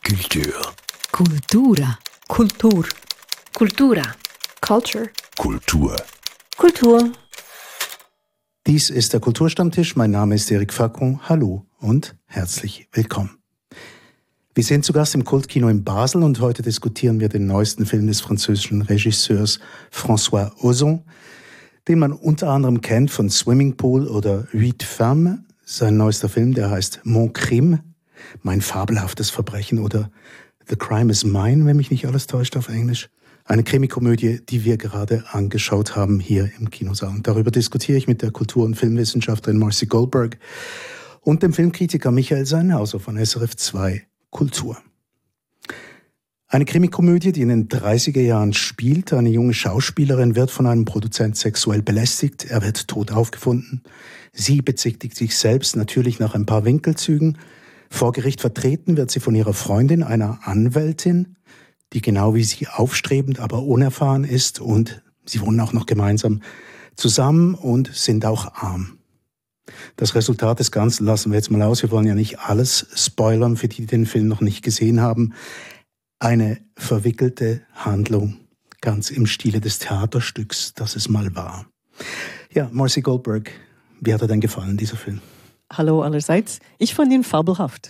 Kultur. Kultura. Kultur. Kultura. Culture. Kultur. Kultur. Dies ist der Kulturstammtisch. Mein Name ist Eric Facon. Hallo und herzlich willkommen. Wir sind zu Gast im Kultkino in Basel und heute diskutieren wir den neuesten Film des französischen Regisseurs François Ozon, den man unter anderem kennt von Swimming Pool oder Huit Femmes. Sein neuester Film, der heißt Mon Crime, mein fabelhaftes Verbrechen oder The Crime is Mine, wenn mich nicht alles täuscht auf Englisch. Eine Krimikomödie, die wir gerade angeschaut haben hier im Kinosaal. Und darüber diskutiere ich mit der Kultur- und Filmwissenschaftlerin Marcy Goldberg und dem Filmkritiker Michael Seinhauser von SRF 2 Kultur. Eine Krimikomödie, die in den 30er Jahren spielt. Eine junge Schauspielerin wird von einem Produzent sexuell belästigt. Er wird tot aufgefunden. Sie bezichtigt sich selbst natürlich nach ein paar Winkelzügen. Vor Gericht vertreten wird sie von ihrer Freundin, einer Anwältin, die genau wie sie aufstrebend, aber unerfahren ist. Und sie wohnen auch noch gemeinsam zusammen und sind auch arm. Das Resultat des Ganzen lassen wir jetzt mal aus. Wir wollen ja nicht alles spoilern, für die, die den Film noch nicht gesehen haben. Eine verwickelte Handlung, ganz im Stile des Theaterstücks, das es mal war. Ja, Marcy Goldberg, wie hat dir denn gefallen, dieser Film? Hallo allerseits. Ich fand ihn fabelhaft.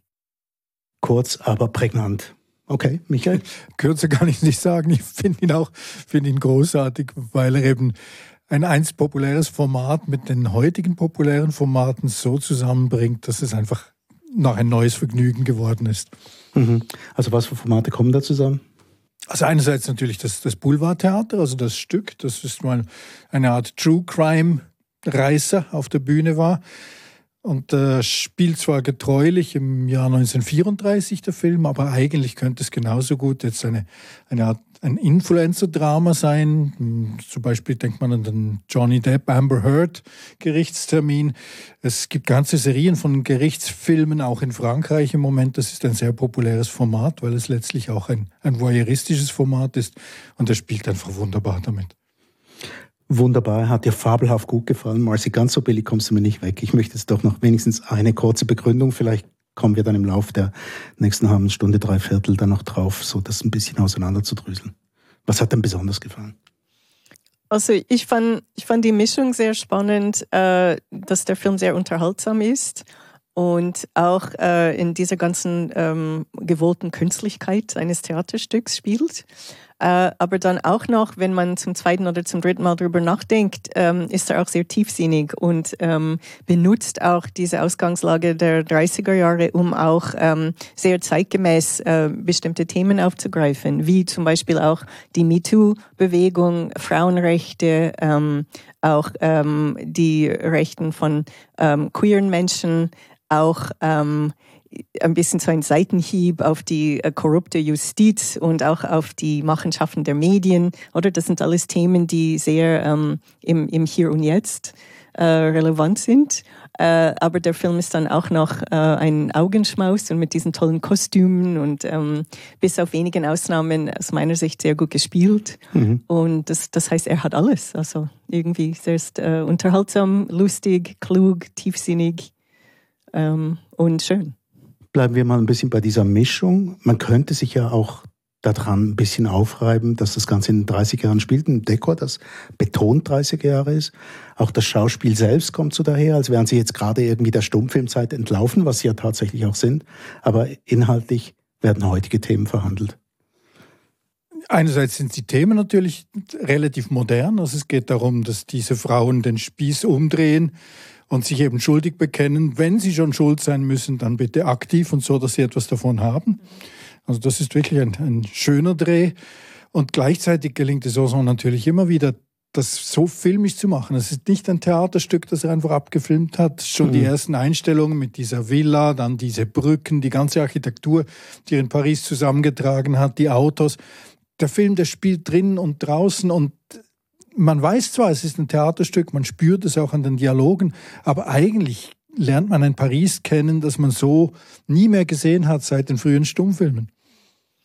Kurz, aber prägnant. Okay, Michael? Kürzer kann ich nicht sagen. Ich finde ihn großartig, weil er eben ein einst populäres Format mit den heutigen populären Formaten so zusammenbringt, dass es einfach noch ein neues Vergnügen geworden ist. Mhm. Also was für Formate kommen da zusammen? Also einerseits natürlich das Boulevardtheater, also das Stück, das ist mal eine Art True Crime Reißer auf der Bühne war. Und spielt zwar getreulich im Jahr 1934 der Film, aber eigentlich könnte es genauso gut jetzt eine Art ein Influencer-Drama sein. Zum Beispiel denkt man an den Johnny Depp, Amber Heard Gerichtstermin. Es gibt ganze Serien von Gerichtsfilmen, auch in Frankreich im Moment. Das ist ein sehr populäres Format, weil es letztlich auch ein voyeuristisches Format ist. Und er spielt einfach wunderbar damit. Wunderbar, hat dir fabelhaft gut gefallen. Marcy, ganz so billig kommst du mir nicht weg. Ich möchte jetzt doch noch wenigstens eine kurze Begründung. Vielleicht kommen wir dann im Laufe der nächsten halben Stunde, dreiviertel dann noch drauf, so das ein bisschen auseinanderzudröseln. Was hat denn besonders gefallen? Also ich fand die Mischung sehr spannend, dass der Film sehr unterhaltsam ist und auch in dieser ganzen gewollten Künstlichkeit eines Theaterstücks spielt. Aber dann auch noch, wenn man zum zweiten oder zum dritten Mal drüber nachdenkt, ist er auch sehr tiefsinnig und benutzt auch diese Ausgangslage der 30er Jahre, um auch sehr zeitgemäß bestimmte Themen aufzugreifen, wie zum Beispiel auch die MeToo-Bewegung, Frauenrechte, auch die Rechten von queeren Menschen, auch ein bisschen so ein Seitenhieb auf die korrupte Justiz und auch auf die Machenschaften der Medien. Oder das sind alles Themen, die sehr im Hier und Jetzt relevant sind. Aber der Film ist dann auch noch ein Augenschmaus und mit diesen tollen Kostümen und bis auf wenigen Ausnahmen aus meiner Sicht sehr gut gespielt. Mhm. Und das heißt, er hat alles. Also irgendwie sehr unterhaltsam, lustig, klug, tiefsinnig und schön. Bleiben wir mal ein bisschen bei dieser Mischung. Man könnte sich ja auch daran ein bisschen aufreiben, dass das Ganze in den 30er Jahren spielt. Ein Dekor, das betont 30er Jahre ist. Auch das Schauspiel selbst kommt so daher, als wären sie jetzt gerade irgendwie der Stummfilmzeit entlaufen, was sie ja tatsächlich auch sind. Aber inhaltlich werden heutige Themen verhandelt. Einerseits sind die Themen natürlich relativ modern. Also es geht darum, dass diese Frauen den Spieß umdrehen und sich eben schuldig bekennen. Wenn sie schon schuld sein müssen, dann bitte aktiv und so, dass sie etwas davon haben. Also das ist wirklich ein schöner Dreh. Und gleichzeitig gelingt es Ozon natürlich immer wieder, das so filmisch zu machen. Es ist nicht ein Theaterstück, das er einfach abgefilmt hat. Schon die ersten Einstellungen mit dieser Villa, dann diese Brücken, die ganze Architektur, die er in Paris zusammengetragen hat, die Autos. Der Film, der spielt drinnen und draußen und man weiß zwar, es ist ein Theaterstück, man spürt es auch an den Dialogen, aber eigentlich lernt man ein Paris kennen, das man so nie mehr gesehen hat seit den frühen Stummfilmen.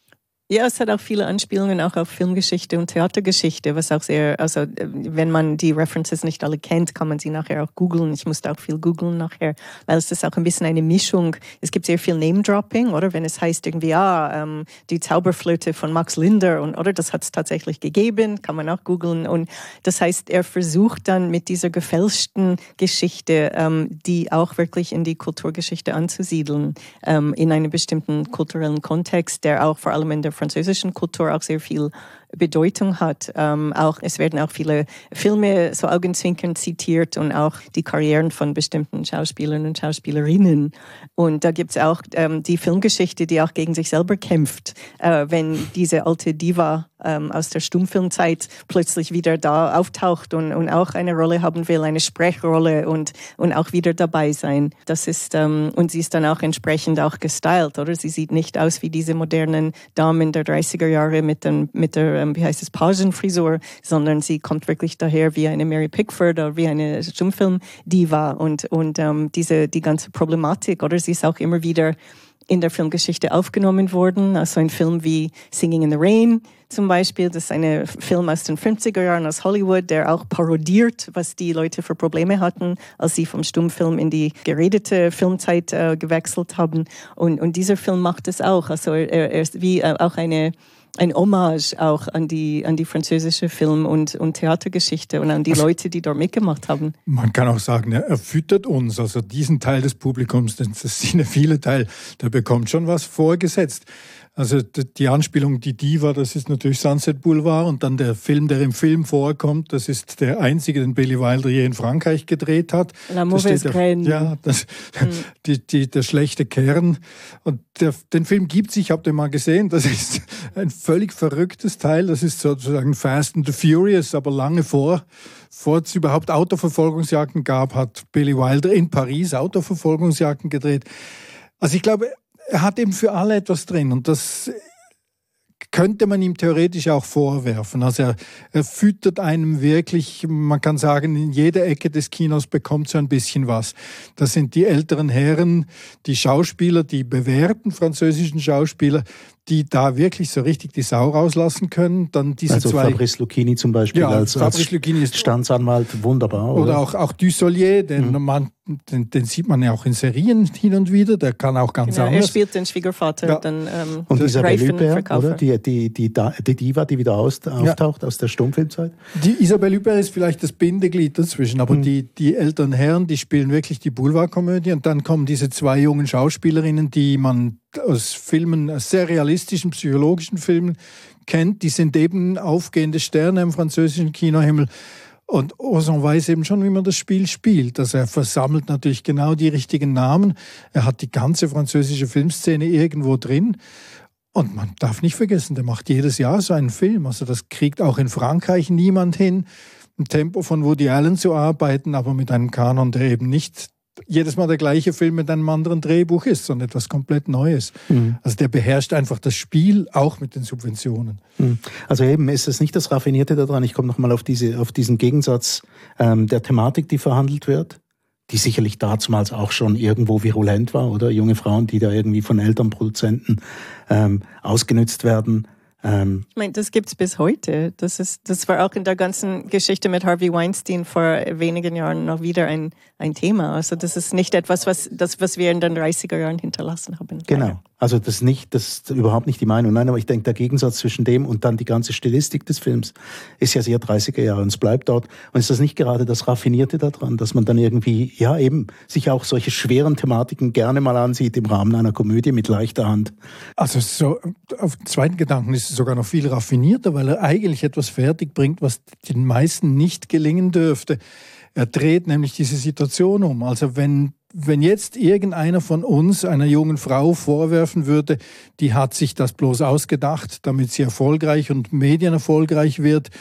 Ja, es hat auch viele Anspielungen auch auf Filmgeschichte und Theatergeschichte, was auch sehr, also wenn man die References nicht alle kennt, kann man sie nachher auch googeln. Ich musste auch viel googeln nachher, weil es ist auch ein bisschen eine Mischung. Es gibt sehr viel Name-Dropping, oder? Wenn es heißt irgendwie, die Zauberflöte von Max Linder, oder das hat es tatsächlich gegeben, kann man auch googeln. Und das heißt, er versucht dann mit dieser gefälschten Geschichte, die auch wirklich in die Kulturgeschichte anzusiedeln, in einem bestimmten kulturellen Kontext, der auch vor allem in der französischen Kultur auch sehr viel Bedeutung hat. Es werden auch viele Filme so augenzwinkernd zitiert und auch die Karrieren von bestimmten Schauspielern und Schauspielerinnen. Und da gibt es auch die Filmgeschichte, die auch gegen sich selber kämpft, wenn diese alte Diva aus der Stummfilmzeit plötzlich wieder da auftaucht und auch eine Rolle haben will, eine Sprechrolle und auch wieder dabei sein. Das ist, und sie ist dann auch entsprechend auch gestylt, oder? Sie sieht nicht aus wie diese modernen Damen der 30er Jahre mit der Pagenfrisur, sondern sie kommt wirklich daher wie eine Mary Pickford oder wie eine Stummfilm-Diva und die ganze Problematik, oder? Sie ist auch immer wieder in der Filmgeschichte aufgenommen worden. Also ein Film wie Singing in the Rain zum Beispiel, das ist ein Film aus den 50er Jahren aus Hollywood, der auch parodiert, was die Leute für Probleme hatten, als sie vom Stummfilm in die geredete Filmzeit gewechselt haben. Und dieser Film macht es auch. Also er ist wie auch ein Hommage auch an die französische Film- und Theatergeschichte und an die Leute, die dort mitgemacht haben. Man kann auch sagen, er füttert uns, also diesen Teil des Publikums, das cinephile Teil, der bekommt schon was vorgesetzt. Also die Anspielung, die Diva, das ist natürlich Sunset Boulevard und dann der Film, der im Film vorkommt, das ist der einzige, den Billy Wilder je in Frankreich gedreht hat. La mauvaise graine. Ja, der schlechte Kern. Und den Film gibt's, ich habe den mal gesehen, das ist ein völlig verrücktes Teil, das ist sozusagen Fast and the Furious, aber lange vor es überhaupt Autoverfolgungsjagden gab, hat Billy Wilder in Paris Autoverfolgungsjagden gedreht. Also ich glaube, er hat eben für alle etwas drin und das könnte man ihm theoretisch auch vorwerfen. Also er füttert einem wirklich, man kann sagen, in jeder Ecke des Kinos bekommt so ein bisschen was. Das sind die älteren Herren, die Schauspieler, die bewährten französischen Schauspieler, die da wirklich so richtig die Sau rauslassen können. Dann diese also zwei, Fabrice Lucchini zum Beispiel als Lucchini ist Standsanwalt, wunderbar. Oder auch Dussolier, den sieht man ja auch in Serien hin und wieder, der kann auch ganz anders. Er spielt den Schwiegervater. Ja. Dann, und Isabelle Huppert, oder? Die Diva, die wieder auftaucht aus der Stummfilmzeit. Die Isabelle Huppert ist vielleicht das Bindeglied dazwischen, aber die älteren Herren, die spielen wirklich die Boulevardkomödie und dann kommen diese zwei jungen Schauspielerinnen, die man aus Filmen, aus sehr realistischen, psychologischen Filmen kennt, die sind eben aufgehende Sterne im französischen Kinohimmel. Und Ozon weiß eben schon, wie man das Spiel spielt. Also er versammelt natürlich genau die richtigen Namen. Er hat die ganze französische Filmszene irgendwo drin. Und man darf nicht vergessen, der macht jedes Jahr so einen Film. Also das kriegt auch in Frankreich niemand hin, im Tempo von Woody Allen zu arbeiten, aber mit einem Kanon, der eben nicht jedes Mal der gleiche Film mit einem anderen Drehbuch ist, sondern etwas komplett Neues. Also der beherrscht einfach das Spiel, auch mit den Subventionen. Also eben ist es nicht das Raffinierte daran. Ich komme nochmal auf diesen Gegensatz der Thematik, die verhandelt wird, die sicherlich damals auch schon irgendwo virulent war, oder? Junge Frauen, die da irgendwie von Elternproduzenten ausgenützt werden. Ich meine, das gibt's bis heute. Das war auch in der ganzen Geschichte mit Harvey Weinstein vor wenigen Jahren noch wieder ein Thema. Also das ist nicht etwas, was wir in den 30er Jahren hinterlassen haben. Genau. Also das ist überhaupt nicht die Meinung. Nein, aber ich denke, der Gegensatz zwischen dem und dann die ganze Stilistik des Films ist ja sehr 30er Jahre und es bleibt dort. Und ist das nicht gerade das Raffinierte daran, dass man dann irgendwie, ja eben, sich auch solche schweren Thematiken gerne mal ansieht im Rahmen einer Komödie mit leichter Hand? Also so auf den zweiten Gedanken ist es sogar noch viel raffinierter, weil er eigentlich etwas fertig bringt, was den meisten nicht gelingen dürfte. Er dreht nämlich diese Situation um. Also wenn jetzt irgendeiner von uns einer jungen Frau vorwerfen würde, die hat sich das bloß ausgedacht, damit sie erfolgreich und medienerfolgreich wird,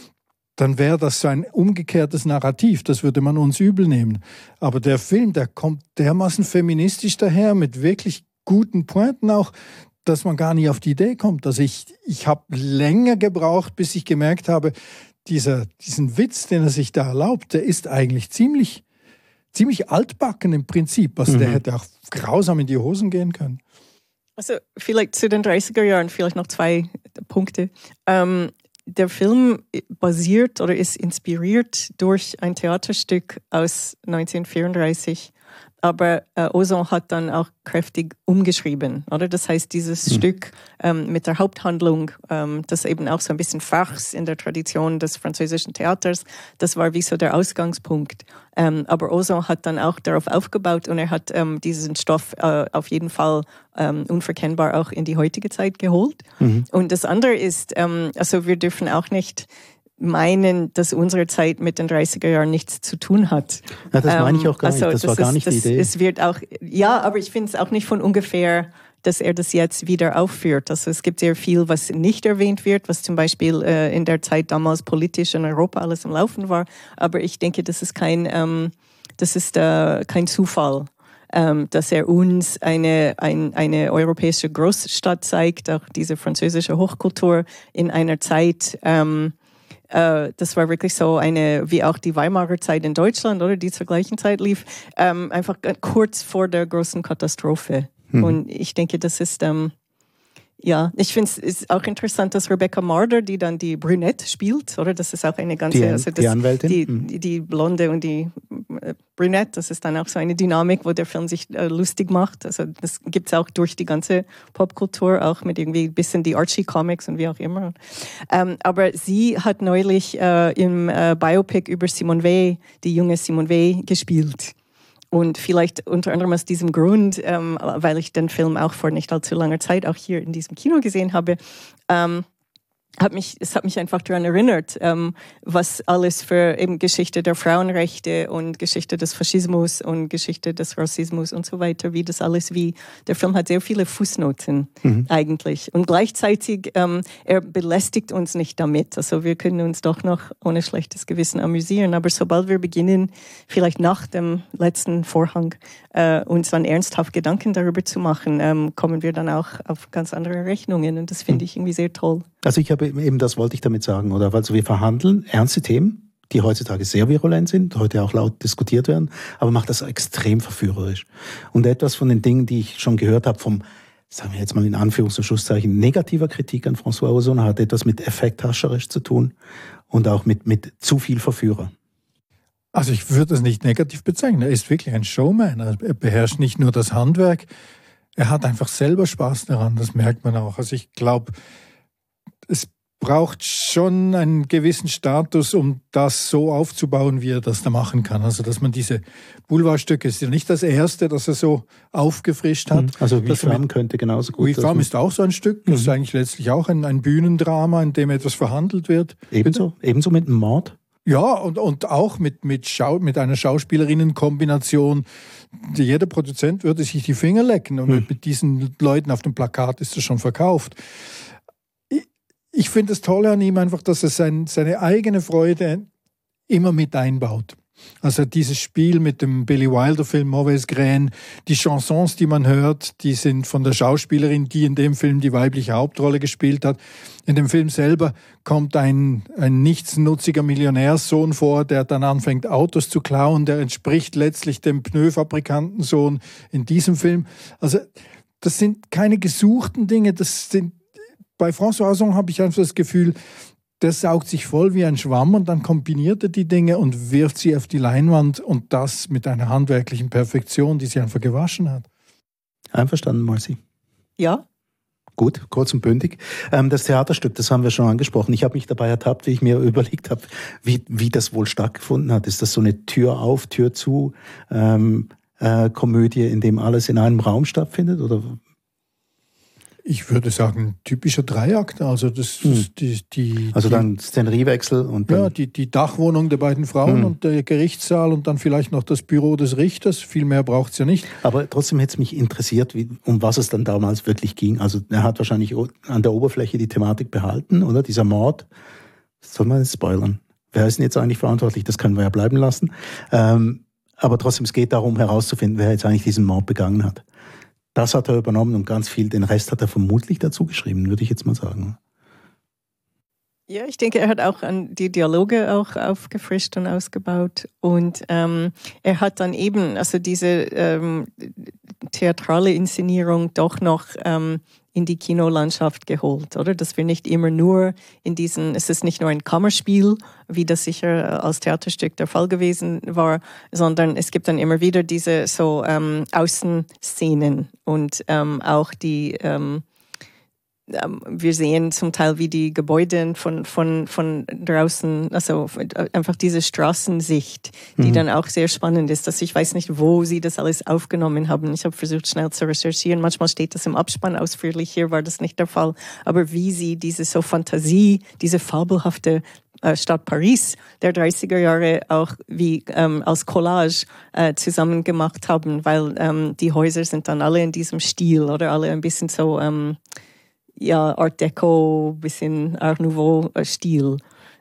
dann wäre das so ein umgekehrtes Narrativ, das würde man uns übel nehmen. Aber der Film, der kommt dermaßen feministisch daher, mit wirklich guten Pointen auch, dass man gar nicht auf die Idee kommt. Also ich habe länger gebraucht, bis ich gemerkt habe, diesen Witz, den er sich da erlaubt, der ist eigentlich ziemlich altbacken im Prinzip. Also der hätte auch grausam in die Hosen gehen können. Also vielleicht zu den 30er Jahren, vielleicht noch 2 Punkte. Der Film basiert oder ist inspiriert durch ein Theaterstück aus 1934. Aber Ozon hat dann auch kräftig umgeschrieben, oder? Das heißt, dieses Stück mit der Haupthandlung, das eben auch so ein bisschen Farce in der Tradition des französischen Theaters, das war wie so der Ausgangspunkt. Aber Ozon hat dann auch darauf aufgebaut und er hat diesen Stoff auf jeden Fall unverkennbar auch in die heutige Zeit geholt. Und das andere ist, also wir dürfen auch nicht meinen, dass unsere Zeit mit den 30er Jahren nichts zu tun hat. Ja, das meine ich auch gar nicht. Das war gar nicht die Idee. Es wird auch, ja, aber ich finde es auch nicht von ungefähr, dass er das jetzt wieder aufführt. Also es gibt sehr viel, was nicht erwähnt wird, was zum Beispiel in der Zeit damals politisch in Europa alles am Laufen war. Aber ich denke, das ist kein Zufall. Dass er uns eine europäische Großstadt zeigt, auch diese französische Hochkultur in einer Zeit, das war wirklich so wie auch die Weimarer Zeit in Deutschland, oder, die zur gleichen Zeit lief, einfach kurz vor der großen Katastrophe. Und ich denke, das ist, ja, ich finde es ist auch interessant, dass Rebecca Marder, die dann die Brünette spielt, oder, das ist auch eine ganze, die Anwältin? Die Blonde und die Brünette, das ist dann auch so eine Dynamik, wo der Film sich lustig macht. Also das gibt es auch durch die ganze Popkultur, auch mit irgendwie ein bisschen die Archie-Comics und wie auch immer. Aber sie hat neulich im Biopic über Simone Weil, die junge Simone Weil, gespielt. Und vielleicht unter anderem aus diesem Grund, weil ich den Film auch vor nicht allzu langer Zeit auch hier in diesem Kino gesehen habe, es hat mich einfach daran erinnert, was alles für eben Geschichte der Frauenrechte und Geschichte des Faschismus und Geschichte des Rassismus und so weiter, wie das alles, der Film hat sehr viele Fußnoten eigentlich. Und gleichzeitig, er belästigt uns nicht damit. Also wir können uns doch noch ohne schlechtes Gewissen amüsieren. Aber sobald wir beginnen, vielleicht nach dem letzten Vorhang, uns dann ernsthaft Gedanken darüber zu machen, kommen wir dann auch auf ganz andere Rechnungen. Und das finde ich irgendwie sehr toll. Also das wollte ich damit sagen, oder? Also wir verhandeln ernste Themen, die heutzutage sehr virulent sind, heute auch laut diskutiert werden, aber macht das extrem verführerisch. Und etwas von den Dingen, die ich schon gehört habe sagen wir jetzt mal in Anführungs- und Schlusszeichen, negativer Kritik an François Ozon, hat etwas mit effekthascherisch zu tun und auch mit zu viel Verführer. Also ich würde es nicht negativ bezeichnen. Er ist wirklich ein Showman. Er beherrscht nicht nur das Handwerk, er hat einfach selber Spaß daran, das merkt man auch. Also ich glaube, es braucht schon einen gewissen Status, um das so aufzubauen, wie er das da machen kann. Also dass man diese Boulevardstücke, ist ja nicht das erste, das er so aufgefrischt hat. Also Wie Flamme könnte genauso gut. Wie Flamme ist auch so ein Stück. Das ist eigentlich letztlich auch ein Bühnendrama, in dem etwas verhandelt wird. Ebenso mit einem Mord? Ja, und auch mit einer Schauspielerinnenkombination. Jeder Produzent würde sich die Finger lecken. Und mit diesen Leuten auf dem Plakat ist es schon verkauft. Ich finde das Tolle an ihm einfach, dass er seine eigene Freude immer mit einbaut. Also dieses Spiel mit dem Billy Wilder-Film Mauvaise Graine, die Chansons, die man hört, die sind von der Schauspielerin, die in dem Film die weibliche Hauptrolle gespielt hat. In dem Film selber kommt ein nichtsnutziger Millionärssohn vor, der dann anfängt, Autos zu klauen. Der entspricht letztlich dem Pneufabrikantensohn in diesem Film. Also das sind keine gesuchten Dinge, bei François Ozon habe ich einfach das Gefühl, der saugt sich voll wie ein Schwamm und dann kombiniert er die Dinge und wirft sie auf die Leinwand und das mit einer handwerklichen Perfektion, die sie einfach gewaschen hat. Einverstanden, Marci? Ja. Gut, kurz und bündig. Das Theaterstück, das haben wir schon angesprochen. Ich habe mich dabei ertappt, wie ich mir überlegt habe, wie das wohl stattgefunden hat. Ist das so eine Tür auf, Tür zu Komödie, in dem alles in einem Raum stattfindet? Oder? Ich würde sagen, typischer Dreiakt. Also dann Szeneriewechsel und dann die Dachwohnung der beiden Frauen und der Gerichtssaal und dann vielleicht noch das Büro des Richters. Viel mehr braucht es ja nicht. Aber trotzdem hätte es mich interessiert, um was es dann damals wirklich ging. Also er hat wahrscheinlich an der Oberfläche die Thematik behalten, oder? Dieser Mord. Soll man jetzt spoilern? Wer ist denn jetzt eigentlich verantwortlich? Das können wir ja bleiben lassen. Aber trotzdem, es geht darum herauszufinden, wer jetzt eigentlich diesen Mord begangen hat. Das hat er übernommen und ganz viel, den Rest hat er vermutlich dazu geschrieben, würde ich jetzt mal sagen. Ja, ich denke, er hat auch die Dialoge auch aufgefrischt und ausgebaut. Und er hat dann eben, also diese theatrale Inszenierung doch noch in die Kinolandschaft geholt, oder? Dass wir nicht immer nur es ist nicht nur ein Kammerspiel, wie das sicher als Theaterstück der Fall gewesen war, sondern es gibt dann immer wieder diese so Außenszenen und auch die wir sehen zum Teil, wie die Gebäude von draußen, also einfach diese Straßensicht, die dann auch sehr spannend ist. Dass ich weiß nicht, wo sie das alles aufgenommen haben. Ich habe versucht, schnell zu recherchieren. Manchmal steht das im Abspann ausführlich. Hier war das nicht der Fall. Aber wie sie diese so Fantasie, diese fabelhafte Stadt Paris der 30er Jahre auch wie als Collage zusammen gemacht haben, weil die Häuser sind dann alle in diesem Stil oder alle ein bisschen so Art Deco, bisschen Art Nouveau Stil.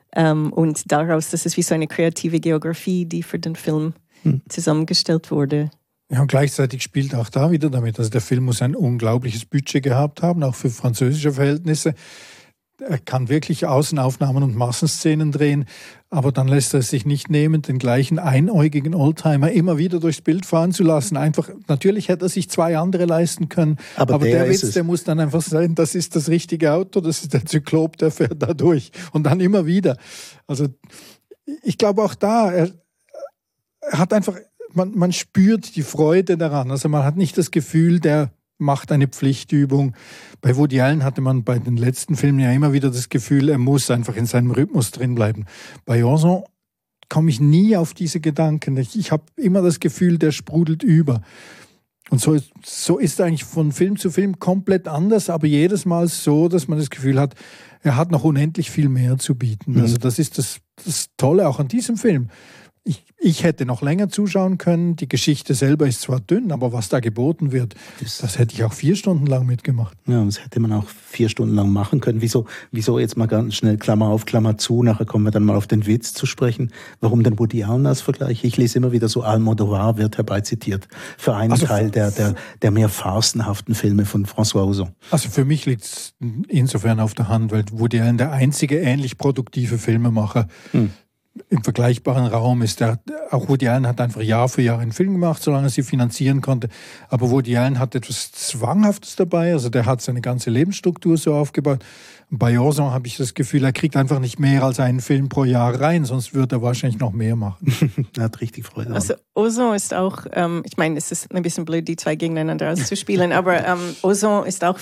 Und daraus, das ist wie so eine kreative Geografie, die für den Film zusammengestellt wurde. Ja, und gleichzeitig spielt auch da wieder damit. Also der Film muss ein unglaubliches Budget gehabt haben, auch für französische Verhältnisse. Er kann wirklich Außenaufnahmen und Massenszenen drehen, aber dann lässt er es sich nicht nehmen, den gleichen einäugigen Oldtimer immer wieder durchs Bild fahren zu lassen. Einfach, natürlich hätte er sich 2 andere leisten können, aber der Witz, der muss dann einfach sein, das ist das richtige Auto, das ist der Zyklop, der fährt da durch und dann immer wieder. Also ich glaube auch da, er hat einfach, man spürt die Freude daran. Also man hat nicht das Gefühl, der macht eine Pflichtübung. Bei Woody Allen hatte man bei den letzten Filmen ja immer wieder das Gefühl, er muss einfach in seinem Rhythmus drin bleiben. Bei Ozon komme ich nie auf diese Gedanken. Ich habe immer das Gefühl, der sprudelt über. Und so ist er eigentlich von Film zu Film komplett anders, aber jedes Mal so, dass man das Gefühl hat, er hat noch unendlich viel mehr zu bieten. Also das ist das Tolle auch an diesem Film. Ich hätte noch länger zuschauen können. Die Geschichte selber ist zwar dünn, aber was da geboten wird, das hätte ich auch 4 Stunden lang mitgemacht. Ja, das hätte man auch 4 Stunden lang machen können. Wieso jetzt mal ganz schnell Klammer auf, Klammer zu, nachher kommen wir dann mal auf den Witz zu sprechen. Warum denn Woody Allen als Vergleich? Ich lese immer wieder so, Almodovar wird herbeizitiert für einen Teil der mehr farcenhaften Filme von François Ozon. Also für mich liegt es insofern auf der Hand, weil Woody Allen der einzige ähnlich produktive Filmemacher im vergleichbaren Raum ist. Auch Woody Allen hat einfach Jahr für Jahr einen Film gemacht, solange er sie finanzieren konnte. Aber Woody Allen hat etwas Zwanghaftes dabei. Also der hat seine ganze Lebensstruktur so aufgebaut. Bei Ozon habe ich das Gefühl, er kriegt einfach nicht mehr als einen Film pro Jahr rein, sonst würde er wahrscheinlich noch mehr machen. Er hat richtig Freude. Also Ozon ist auch, ich meine, es ist ein bisschen blöd, die 2 gegeneinander auszuspielen, aber Ozon ist auch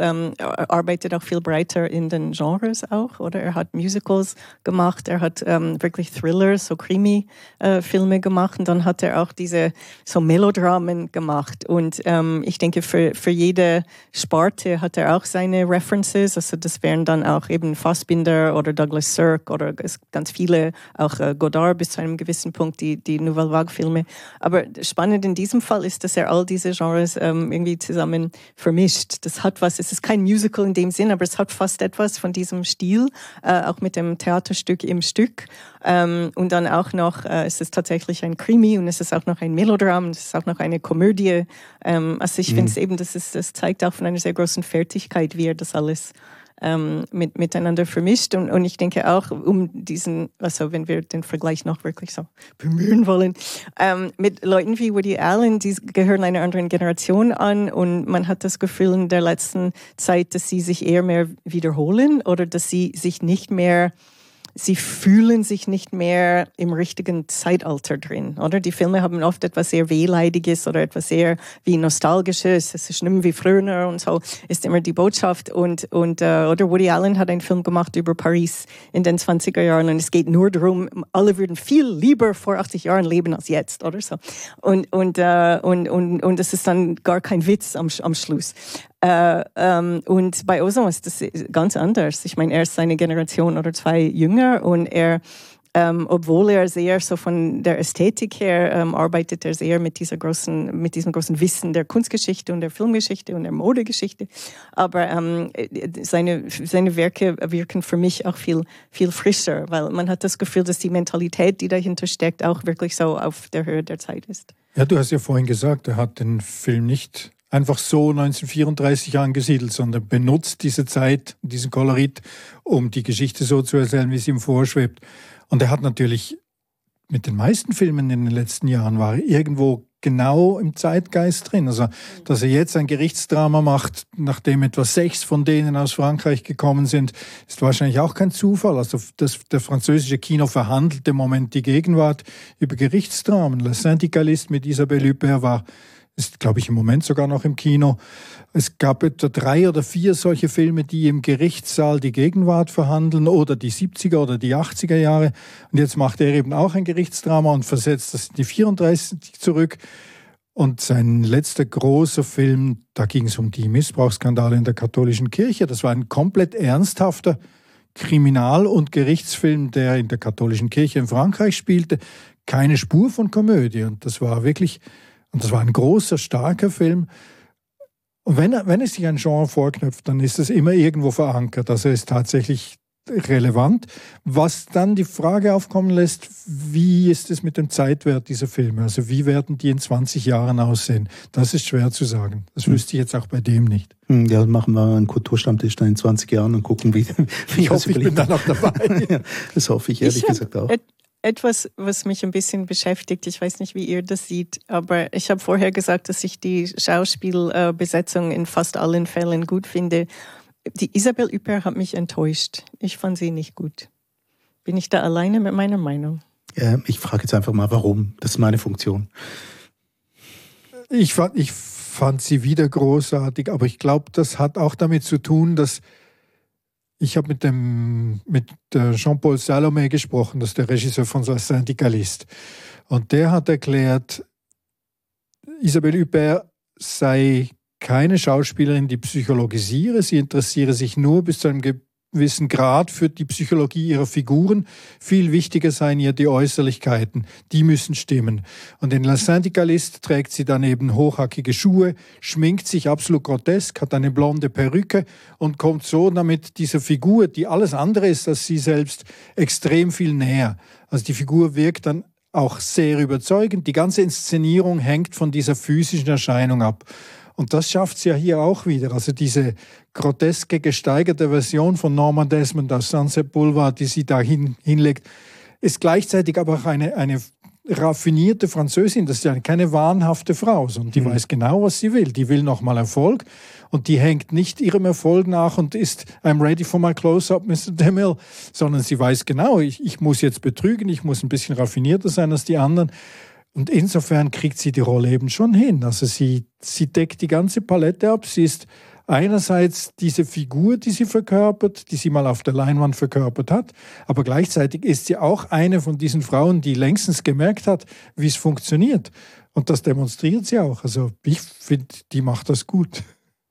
arbeitet auch viel breiter in den Genres auch, oder? Er hat Musicals gemacht, er hat wirklich Thrillers, so Krimi-Filme gemacht und dann hat er auch diese so Melodramen gemacht und ich denke, für jede Sparte hat er auch seine References, also das wären dann auch eben Fassbinder oder Douglas Sirk oder ganz viele, auch Godard bis zu einem gewissen Punkt, die Nouvelle Vague-Filme. Aber spannend in diesem Fall ist, dass er all diese Genres irgendwie zusammen vermischt. Das hat was, es ist kein Musical in dem Sinn, aber es hat fast etwas von diesem Stil, auch mit dem Theaterstück im Stück. Und dann auch noch, es ist tatsächlich ein Krimi und es ist auch noch ein Melodram, es ist auch noch eine Komödie. Also ich finde es eben, das zeigt auch von einer sehr großen Fertigkeit, wie er das alles miteinander vermischt und ich denke auch also wenn wir den Vergleich noch wirklich so bemühen wollen, mit Leuten wie Woody Allen, die gehören einer anderen Generation an und man hat das Gefühl in der letzten Zeit, dass sie sich eher mehr wiederholen oder dass sie fühlen sich nicht mehr im richtigen Zeitalter drin, oder? Die Filme haben oft etwas sehr Wehleidiges oder etwas sehr wie Nostalgisches, es ist nicht mehr wie früher und so, ist immer die Botschaft oder Woody Allen hat einen Film gemacht über Paris in den 20er Jahren und es geht nur darum, alle würden viel lieber vor 80 Jahren leben als jetzt, oder so. Und es ist dann gar kein Witz am Schluss. Und bei Ozon ist das ganz anders. Ich meine, er ist eine Generation oder 2 jünger und er, obwohl er sehr so von der Ästhetik her arbeitet er sehr mit diesem großen Wissen der Kunstgeschichte und der Filmgeschichte und der Modegeschichte. Aber seine Werke wirken für mich auch viel, viel frischer, weil man hat das Gefühl, dass die Mentalität, die dahinter steckt, auch wirklich so auf der Höhe der Zeit ist. Ja, du hast ja vorhin gesagt, er hat den Film nicht einfach so 1934 angesiedelt, sondern benutzt diese Zeit, diesen Kolorit, um die Geschichte so zu erzählen, wie sie ihm vorschwebt. Und er hat natürlich mit den meisten Filmen in den letzten Jahren war er irgendwo genau im Zeitgeist drin. Also, dass er jetzt ein Gerichtsdrama macht, nachdem etwa 6 von denen aus Frankreich gekommen sind, ist wahrscheinlich auch kein Zufall. Also, der französische Kino verhandelt im Moment die Gegenwart über Gerichtsdramen. Le Syndicaliste mit Isabelle Huppert ist, glaube ich, im Moment sogar noch im Kino. Es gab etwa 3 oder 4 solche Filme, die im Gerichtssaal die Gegenwart verhandeln oder die 70er oder die 80er Jahre. Und jetzt macht er eben auch ein Gerichtsdrama und versetzt das in die 34 zurück. Und sein letzter großer Film, da ging es um die Missbrauchsskandale in der katholischen Kirche. Das war ein komplett ernsthafter Kriminal- und Gerichtsfilm, der in der katholischen Kirche in Frankreich spielte. Keine Spur von Komödie. Und das war ein großer, starker Film. Und wenn es sich ein Genre vorknüpft, dann ist es immer irgendwo verankert. Also ist tatsächlich relevant. Was dann die Frage aufkommen lässt, wie ist es mit dem Zeitwert dieser Filme? Also wie werden die in 20 Jahren aussehen? Das ist schwer zu sagen. Das wüsste ich jetzt auch bei dem nicht. Ja, machen wir einen Kulturstammtisch dann in 20 Jahren und gucken, wie ich hoffe, ich bin dann auch dabei. Ja, das hoffe ich ehrlich gesagt auch. Etwas, was mich ein bisschen beschäftigt, ich weiß nicht, wie ihr das seht, aber ich habe vorher gesagt, dass ich die Schauspielbesetzung in fast allen Fällen gut finde. Die Isabelle Huppert hat mich enttäuscht. Ich fand sie nicht gut. Bin ich da alleine mit meiner Meinung? Ich frage jetzt einfach mal, warum? Das ist meine Funktion. Ich fand sie wieder großartig, aber ich glaube, das hat auch damit zu tun, dass ich habe mit Jean-Paul Salomé gesprochen, das ist der Regisseur von Le Syndicaliste. Und der hat erklärt, Isabelle Huppert sei keine Schauspielerin, die psychologisiere. Sie interessiere sich nur bis zu einem gewissen Grad für die Psychologie ihrer Figuren. Viel wichtiger seien ihr die Äußerlichkeiten. Die müssen stimmen. Und in Le Syndicaliste trägt sie dann eben hochhackige Schuhe, schminkt sich absolut grotesk, hat eine blonde Perücke und kommt so damit dieser Figur, die alles andere ist als sie selbst, extrem viel näher. Also die Figur wirkt dann auch sehr überzeugend. Die ganze Inszenierung hängt von dieser physischen Erscheinung ab. Und das schafft sie ja hier auch wieder. Also diese groteske, gesteigerte Version von Norma Desmond aus Sunset Boulevard, die sie da hinlegt, ist gleichzeitig aber auch eine raffinierte Französin. Das ist ja keine wahnhafte Frau, sondern die weiß genau, was sie will. Die will nochmal Erfolg und die hängt nicht ihrem Erfolg nach und ist I'm ready for my close-up, Mr. DeMille, sondern sie weiß genau, ich muss jetzt betrügen, ich muss ein bisschen raffinierter sein als die anderen. Und insofern kriegt sie die Rolle eben schon hin. Also sie deckt die ganze Palette ab. Sie ist einerseits diese Figur, die sie verkörpert, die sie mal auf der Leinwand verkörpert hat, aber gleichzeitig ist sie auch eine von diesen Frauen, die längstens gemerkt hat, wie es funktioniert. Und das demonstriert sie auch. Also ich finde, die macht das gut.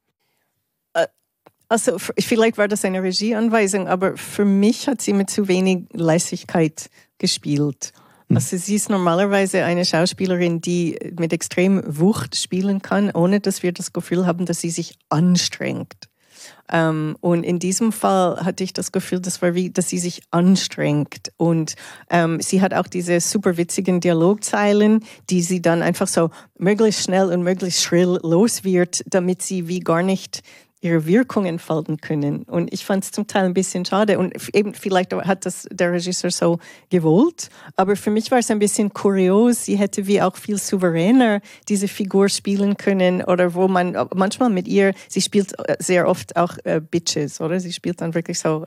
Also vielleicht war das eine Regieanweisung, aber für mich hat sie mit zu wenig Lässigkeit gespielt. Also sie ist normalerweise eine Schauspielerin, die mit extrem Wucht spielen kann, ohne dass wir das Gefühl haben, dass sie sich anstrengt. Und in diesem Fall hatte ich das Gefühl, dass sie sich anstrengt. Und sie hat auch diese super witzigen Dialogzeilen, die sie dann einfach so möglichst schnell und möglichst schrill los wird, damit sie wie gar nicht ihre Wirkung entfalten können. Und ich fand es zum Teil ein bisschen schade. Und eben vielleicht hat das der Regisseur so gewollt. Aber für mich war es ein bisschen kurios. Sie hätte wie auch viel souveräner diese Figur spielen können. Oder wo man manchmal mit ihr, sie spielt sehr oft auch Bitches, oder? Sie spielt dann wirklich so,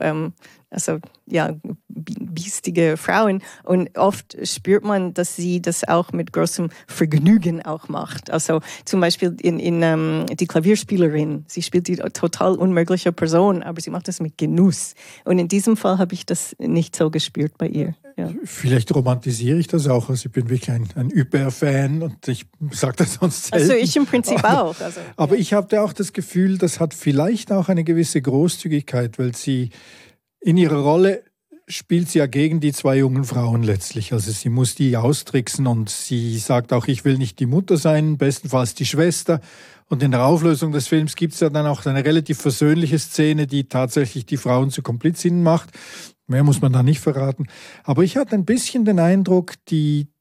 biestige Frauen. Und oft spürt man, dass sie das auch mit großem Vergnügen auch macht. Also zum Beispiel in die Klavierspielerin. Sie spielt die total unmögliche Person, aber sie macht das mit Genuss. Und in diesem Fall habe ich das nicht so gespürt bei ihr. Ja. Vielleicht romantisiere ich das auch. Also ich bin wirklich ein Überfan und ich sage das sonst selten. Also ich im Prinzip auch. Also, aber ich habe auch das Gefühl, das hat vielleicht auch eine gewisse Großzügigkeit, weil sie in ihrer Rolle spielt sie ja gegen die 2 jungen Frauen letztlich. Also sie muss die austricksen und sie sagt auch, ich will nicht die Mutter sein, bestenfalls die Schwester. Und in der Auflösung des Films gibt es ja dann auch eine relativ versöhnliche Szene, die tatsächlich die Frauen zu Komplizinnen macht. Mehr muss man da nicht verraten. Aber ich hatte ein bisschen den Eindruck, die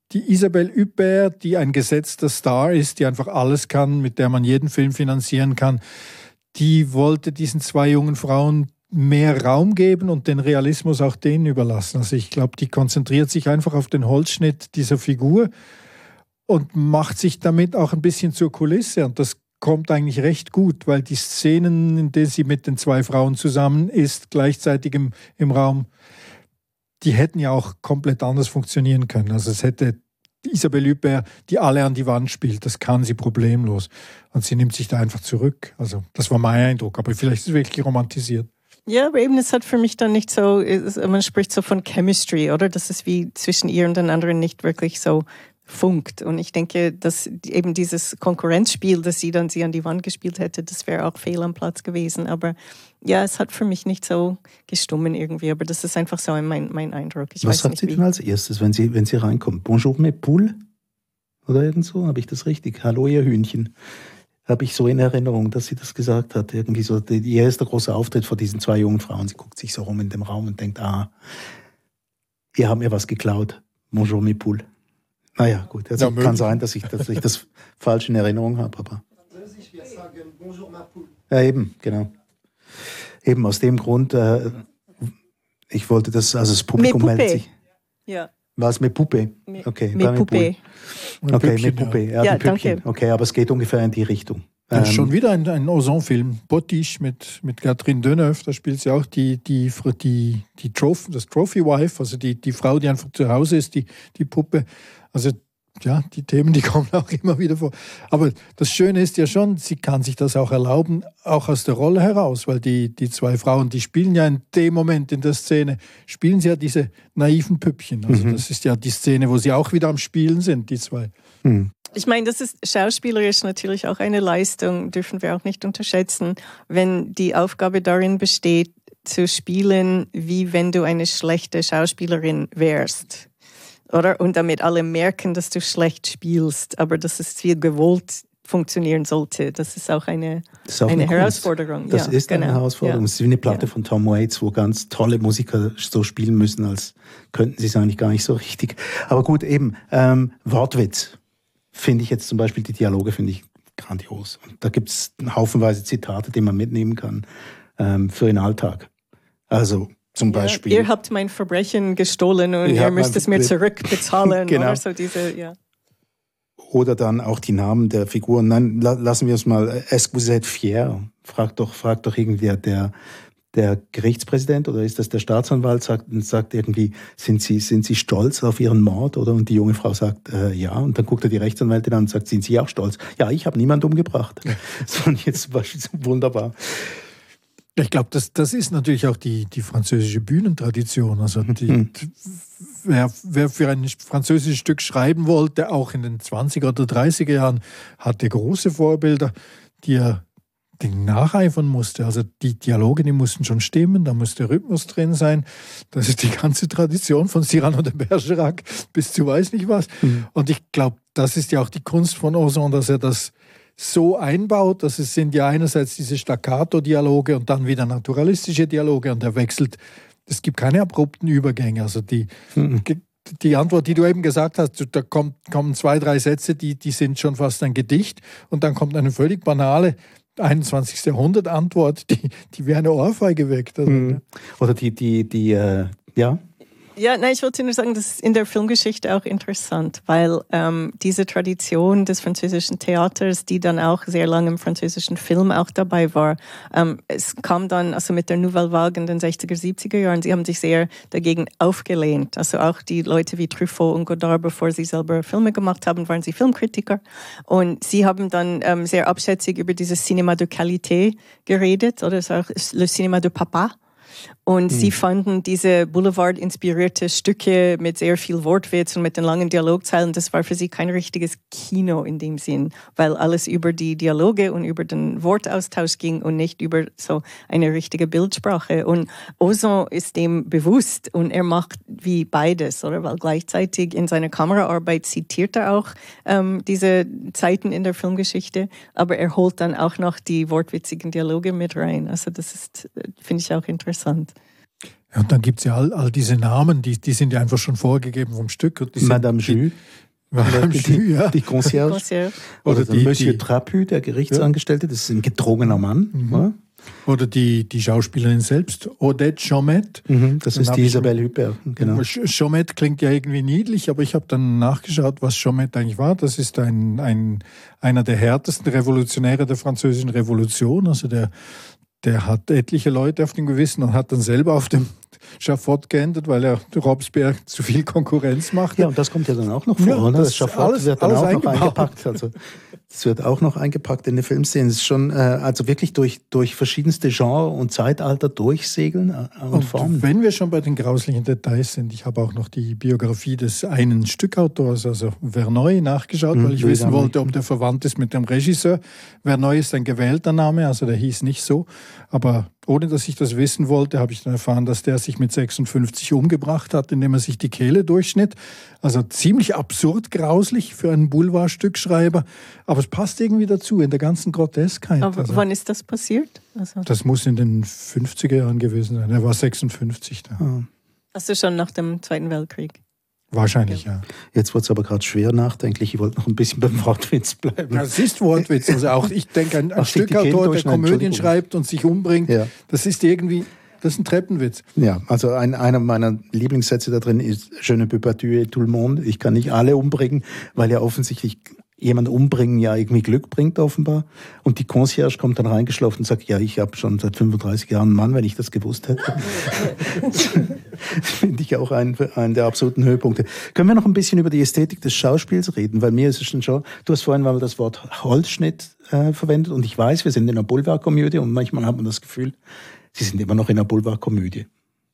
die Isabelle Huppert, die ein gesetzter Star ist, die einfach alles kann, mit der man jeden Film finanzieren kann, die wollte diesen 2 jungen Frauen mehr Raum geben und den Realismus auch denen überlassen. Also ich glaube, die konzentriert sich einfach auf den Holzschnitt dieser Figur und macht sich damit auch ein bisschen zur Kulisse. Und das kommt eigentlich recht gut, weil die Szenen, in denen sie mit den 2 Frauen zusammen ist, gleichzeitig im Raum, die hätten ja auch komplett anders funktionieren können. Also es hätte Isabelle Huppert, die alle an die Wand spielt, das kann sie problemlos. Und sie nimmt sich da einfach zurück. Also das war mein Eindruck, aber vielleicht ist es wirklich romantisiert. Ja, aber eben, es hat für mich dann nicht so, man spricht so von Chemistry, oder? Das ist wie zwischen ihr und den anderen nicht wirklich so funkt. Und ich denke, dass eben dieses Konkurrenzspiel, das sie an die Wand gespielt hätte, das wäre auch fehl am Platz gewesen. Aber ja, es hat für mich nicht so gestummen irgendwie. Aber das ist einfach so mein Eindruck. Was sagt sie denn als erstes, wenn sie reinkommt? Bonjour, mes poules? Oder irgend so? Habe ich das richtig? Hallo, ihr Hühnchen. Habe ich so in Erinnerung, dass sie das gesagt hat. Irgendwie so, ihr erster großer Auftritt vor diesen 2 jungen Frauen. Sie guckt sich so rum in dem Raum und denkt, ihr habt mir was geklaut. Bonjour, mes poules. Naja, gut. Also kann sein, dass ich das falsch in Erinnerung habe. Aber Französisch, wir sagen Bonjour, ma poule. Ja, eben, genau. Eben aus dem Grund, ich wollte das, also das Publikum meldet sich. Ja. War es mit Puppe? Okay, mit Puppe. Okay, mit Puppe. Ja, die Püppchen. Danke. Okay, aber es geht ungefähr in die Richtung. Das ist schon wieder ein Ozon-Film. Potiche mit Catherine Deneuve. Da spielt sie auch das Trophy-Wife, also die Frau, die einfach zu Hause ist, die Puppe. Also ja, die Themen, die kommen auch immer wieder vor. Aber das Schöne ist ja schon, sie kann sich das auch erlauben, auch aus der Rolle heraus, weil die 2 Frauen, die spielen ja in dem Moment in der Szene, spielen sie ja diese naiven Püppchen. Also das ist ja die Szene, wo sie auch wieder am Spielen sind, die 2. Ich meine, das ist schauspielerisch natürlich auch eine Leistung, dürfen wir auch nicht unterschätzen, wenn die Aufgabe darin besteht, zu spielen, wie wenn du eine schlechte Schauspielerin wärst. Oder? Und damit alle merken, dass du schlecht spielst, aber dass es viel gewollt funktionieren sollte. Das ist auch eine Herausforderung. Das ist eine Herausforderung. Ja. Es ist wie eine Platte von Tom Waits, wo ganz tolle Musiker so spielen müssen, als könnten sie es eigentlich gar nicht so richtig. Aber gut, eben, Wortwitz finde ich jetzt zum Beispiel, die Dialoge finde ich grandios. Und da gibt es haufenweise Zitate, die man mitnehmen kann für den Alltag. Also zum Beispiel. Ihr habt mein Verbrechen gestohlen und ihr müsst es mir zurückbezahlen. Genau. Oder so diese, ja. Oder dann auch die Namen der Figuren. Nein, lassen wir es mal. Est-ce que vous êtes fier? Fragt doch irgendwie der Gerichtspräsident oder ist das der Staatsanwalt, sagt irgendwie, sind Sie stolz auf Ihren Mord? Oder? Und die junge Frau sagt, ja. Und dann guckt er die Rechtsanwältin an und sagt, sind Sie auch stolz? Ja, ich habe niemanden umgebracht. Das fand ich jetzt zum Beispiel so wunderbar. Ich glaube, das ist natürlich auch die französische Bühnentradition. Also wer für ein französisches Stück schreiben wollte, auch in den 20er oder 30er Jahren, hatte große Vorbilder, die er nacheifern musste. Also die Dialoge, die mussten schon stimmen, da musste Rhythmus drin sein. Das ist die ganze Tradition von Cyrano de Bergerac bis zu weiß nicht was. Und ich glaube, das ist ja auch die Kunst von Ozon, dass er das so einbaut, dass es sind ja einerseits diese Staccato-Dialoge und dann wieder naturalistische Dialoge und er wechselt. Es gibt keine abrupten Übergänge. Also die Antwort, die du eben gesagt hast, da kommen 2, 3 Sätze, die sind schon fast ein Gedicht und dann kommt eine völlig banale 21. Jahrhundert Antwort, die wie eine Ohrfeige weckt. Also, Oder ja. Ja, nein, ich wollte nur sagen, das ist in der Filmgeschichte auch interessant, weil diese Tradition des französischen Theaters, die dann auch sehr lange im französischen Film auch dabei war, es kam dann also mit der Nouvelle Vague in den 60er, 70er Jahren, sie haben sich sehr dagegen aufgelehnt. Also auch die Leute wie Truffaut und Godard, bevor sie selber Filme gemacht haben, waren sie Filmkritiker und sie haben dann sehr abschätzig über dieses Cinéma de Qualité geredet, oder es auch Le Cinéma de Papa. Und sie fanden diese Boulevard-inspirierte Stücke mit sehr viel Wortwitz und mit den langen Dialogzeilen, das war für sie kein richtiges Kino in dem Sinn, weil alles über die Dialoge und über den Wortaustausch ging und nicht über so eine richtige Bildsprache. Und Ozon ist dem bewusst und er macht wie beides, oder? Weil gleichzeitig in seiner Kameraarbeit zitiert er auch diese Zeiten in der Filmgeschichte, aber er holt dann auch noch die wortwitzigen Dialoge mit rein. Also das ist, finde ich auch interessant. Ja, und dann gibt es ja all diese Namen, die sind ja einfach schon vorgegeben vom Stück. Und Madame Jus. Die Concierge. Oder die Monsieur Trapu, der Gerichtsangestellte, das ist ein gedrungener Mann. Mhm. Oder die Schauspielerin selbst, Odette Chomet. Das ist die Isabelle Huppert. Genau. Chomet klingt ja irgendwie niedlich, aber ich habe dann nachgeschaut, was Chomet eigentlich war. Das ist einer der härtesten Revolutionäre der Französischen Revolution. Also der hat etliche Leute auf dem Gewissen und hat dann selber auf dem Schafott geendet, weil er Robespierre zu viel Konkurrenz macht. Ja, und das kommt ja dann auch noch vor, oder? Das Schafott wird dann auch noch eingepackt. Also es wird auch noch eingepackt in die Filmszene. Es ist schon also wirklich durch verschiedenste Genre und Zeitalter durchsegeln und formen. Wenn wir schon bei den grauslichen Details sind, ich habe auch noch die Biografie des einen Stückautors, also Verneuil, nachgeschaut, weil ich wissen wollte, ob der verwandt ist mit dem Regisseur. Verneuil ist ein gewählter Name, also der hieß nicht so. Aber ohne dass ich das wissen wollte, habe ich dann erfahren, dass der sich mit 56 umgebracht hat, indem er sich die Kehle durchschnitt. Also ziemlich absurd grauslich für einen Boulevardstückschreiber. Aber es passt irgendwie dazu, in der ganzen Groteskheit. Aber also, wann ist das passiert? Also das muss in den 50er Jahren gewesen sein. Er war 56 da. Also schon nach dem Zweiten Weltkrieg? Wahrscheinlich, ja. Jetzt wird es aber gerade schwer nachdenklich. Ich wollte noch ein bisschen beim Wortwitz bleiben. Ja, es ist Wortwitz. Also auch, ich denke, ein Stückautor, der Komödien schreibt und sich umbringt, das ist ein Treppenwitz. Ja, also einer meiner Lieblingssätze da drin ist Je ne peux pas tuer tout le monde. Ich kann nicht alle umbringen, weil ja offensichtlich jemand umbringen ja irgendwie Glück bringt offenbar. Und die Concierge kommt dann reingeschlafen und sagt, ja, ich habe schon seit 35 Jahren einen Mann, wenn ich das gewusst hätte. Das finde ich auch einen der absoluten Höhepunkte. Können wir noch ein bisschen über die Ästhetik des Schauspiels reden? Weil mir ist es schon, du hast vorhin mal das Wort Holzschnitt verwendet und ich weiß, wir sind in einer Boulevardkomödie und manchmal hat man das Gefühl, Sie sind immer noch in einer Boulevardkomödie.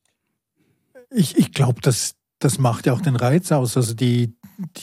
Ich glaube, das macht ja auch den Reiz aus. Also die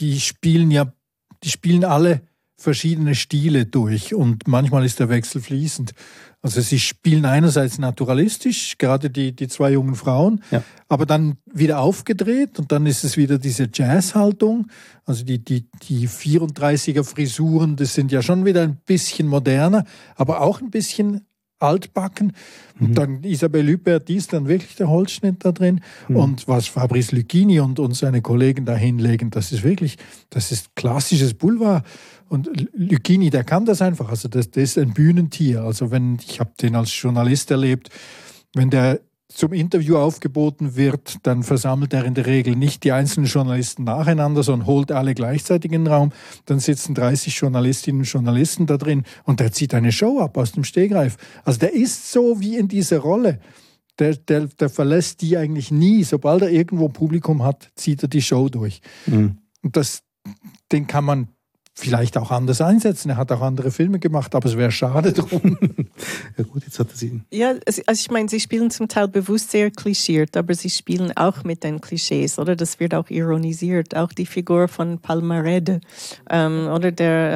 spielen alle verschiedene Stile durch und manchmal ist der Wechsel fließend. Also sie spielen einerseits naturalistisch, gerade die zwei jungen Frauen, aber dann wieder aufgedreht und dann ist es wieder diese Jazzhaltung. Also die 34er Frisuren, das sind ja schon wieder ein bisschen moderner, aber auch ein bisschen altbacken. Und dann Isabelle Huppert, die ist dann wirklich der Holzschnitt da drin. Und was Fabrice Lucchini und seine Kollegen da hinlegen, das ist klassisches Boulevard. Und Lucchini, der kann das einfach. Also das ist ein Bühnentier. Also ich habe den als Journalist erlebt, wenn der zum Interview aufgeboten wird, dann versammelt er in der Regel nicht die einzelnen Journalisten nacheinander, sondern holt alle gleichzeitig in den Raum. Dann sitzen 30 Journalistinnen und Journalisten da drin und der zieht eine Show ab aus dem Stegreif. Also der ist so wie in dieser Rolle. Der verlässt die eigentlich nie. Sobald er irgendwo Publikum hat, zieht er die Show durch. Und den kann man vielleicht auch anders einsetzen. Er hat auch andere Filme gemacht, aber es wäre schade drum. Ja gut, jetzt hat er sie. Ja, also ich meine, sie spielen zum Teil bewusst sehr klischiert, aber sie spielen auch mit den Klischees, oder? Das wird auch ironisiert. Auch die Figur von Palmarès, oder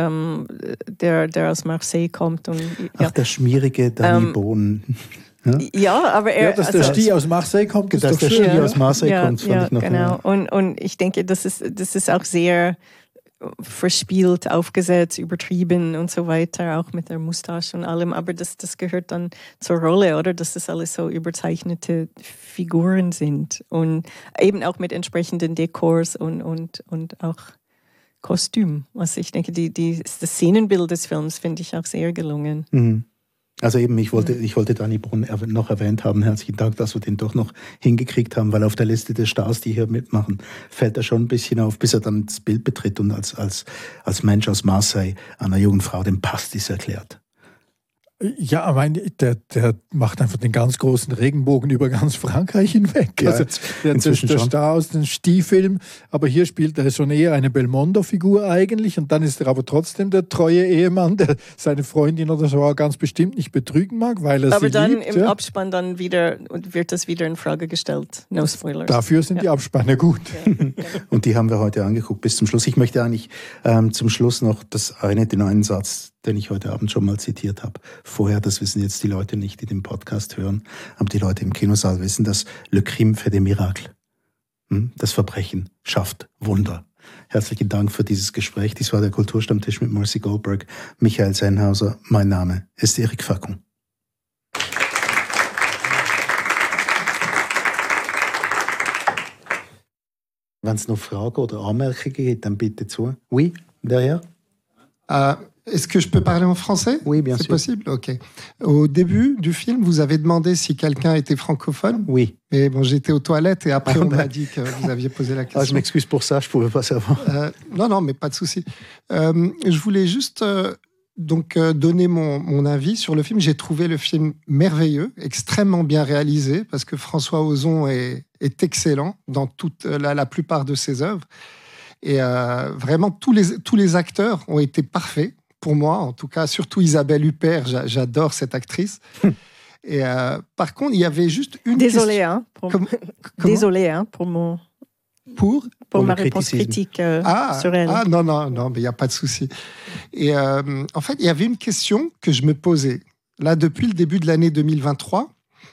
der aus Marseille kommt. Und, Ach, der schmierige Danny Bohn. Ja, aber dass der Stier aus Marseille kommt, ist doch schön. Dass der Stier aus Marseille kommt, fand ich noch. Genau. Und ich denke, das ist auch sehr verspielt, aufgesetzt, übertrieben und so weiter, auch mit der Mustache und allem, aber das gehört dann zur Rolle, oder? Dass das alles so überzeichnete Figuren sind und eben auch mit entsprechenden Dekors und auch Kostüm. Also ich denke, das Szenenbild des Films finde ich auch sehr gelungen. Mhm. Also eben, ich wollte Danny Bohn noch erwähnt haben. Herzlichen Dank, dass wir den doch noch hingekriegt haben, weil auf der Liste der Stars, die hier mitmachen, fällt er schon ein bisschen auf, bis er dann das Bild betritt und als Mensch aus Marseille einer jungen Frau den Pastis erklärt. Ja, aber der macht einfach den ganz großen Regenbogen über ganz Frankreich hinweg. Ja, also der Star aus dem Stiefilm, aber hier spielt er schon eher eine Belmondo-Figur eigentlich und dann ist er aber trotzdem der treue Ehemann, der seine Freundin oder so auch ganz bestimmt nicht betrügen mag, weil er aber sie dann liebt. Im Abspann dann wird das wieder in Frage gestellt. No spoilers. Dafür sind die Abspanne gut. Ja. Und die haben wir heute angeguckt bis zum Schluss. Ich möchte eigentlich zum Schluss noch den einen Satz, den ich heute Abend schon mal zitiert habe. Vorher, das wissen jetzt die Leute nicht, die den Podcast hören, aber die Leute im Kinosaal wissen, dass Le crime fait des miracles. Das Verbrechen schafft Wunder. Herzlichen Dank für dieses Gespräch. Dies war der Kulturstammtisch mit Marcy Goldberg, Michael Sennhauser. Mein Name ist Eric Facon. wenn es noch Fragen oder Anmerkungen gibt, dann bitte zu. Oui, derrière. Est-ce que je peux parler en français? Oui, bien C'est sûr. possible? Ok. Au début du film, vous avez demandé si quelqu'un était francophone. Oui. Mais bon, j'étais aux toilettes et après, on m'a dit que vous aviez posé la question. Ah, je m'excuse pour ça, je ne pouvais pas savoir. Non, mais pas de souci. Je voulais juste donner mon avis sur le film. J'ai trouvé le film merveilleux, extrêmement bien réalisé, parce que François Ozon est excellent dans toute la plupart de ses œuvres. Et vraiment, tous les acteurs ont été parfaits. Pour moi, en tout cas, surtout Isabelle Huppert, j'adore cette actrice. Et par contre, il y avait juste une Désolée, question. hein, Désolée pour ma réponse critique sur elle. Ah non, mais il n'y a pas de souci. Et en fait, il y avait une question que je me posais. Là, depuis le début de l'année 2023,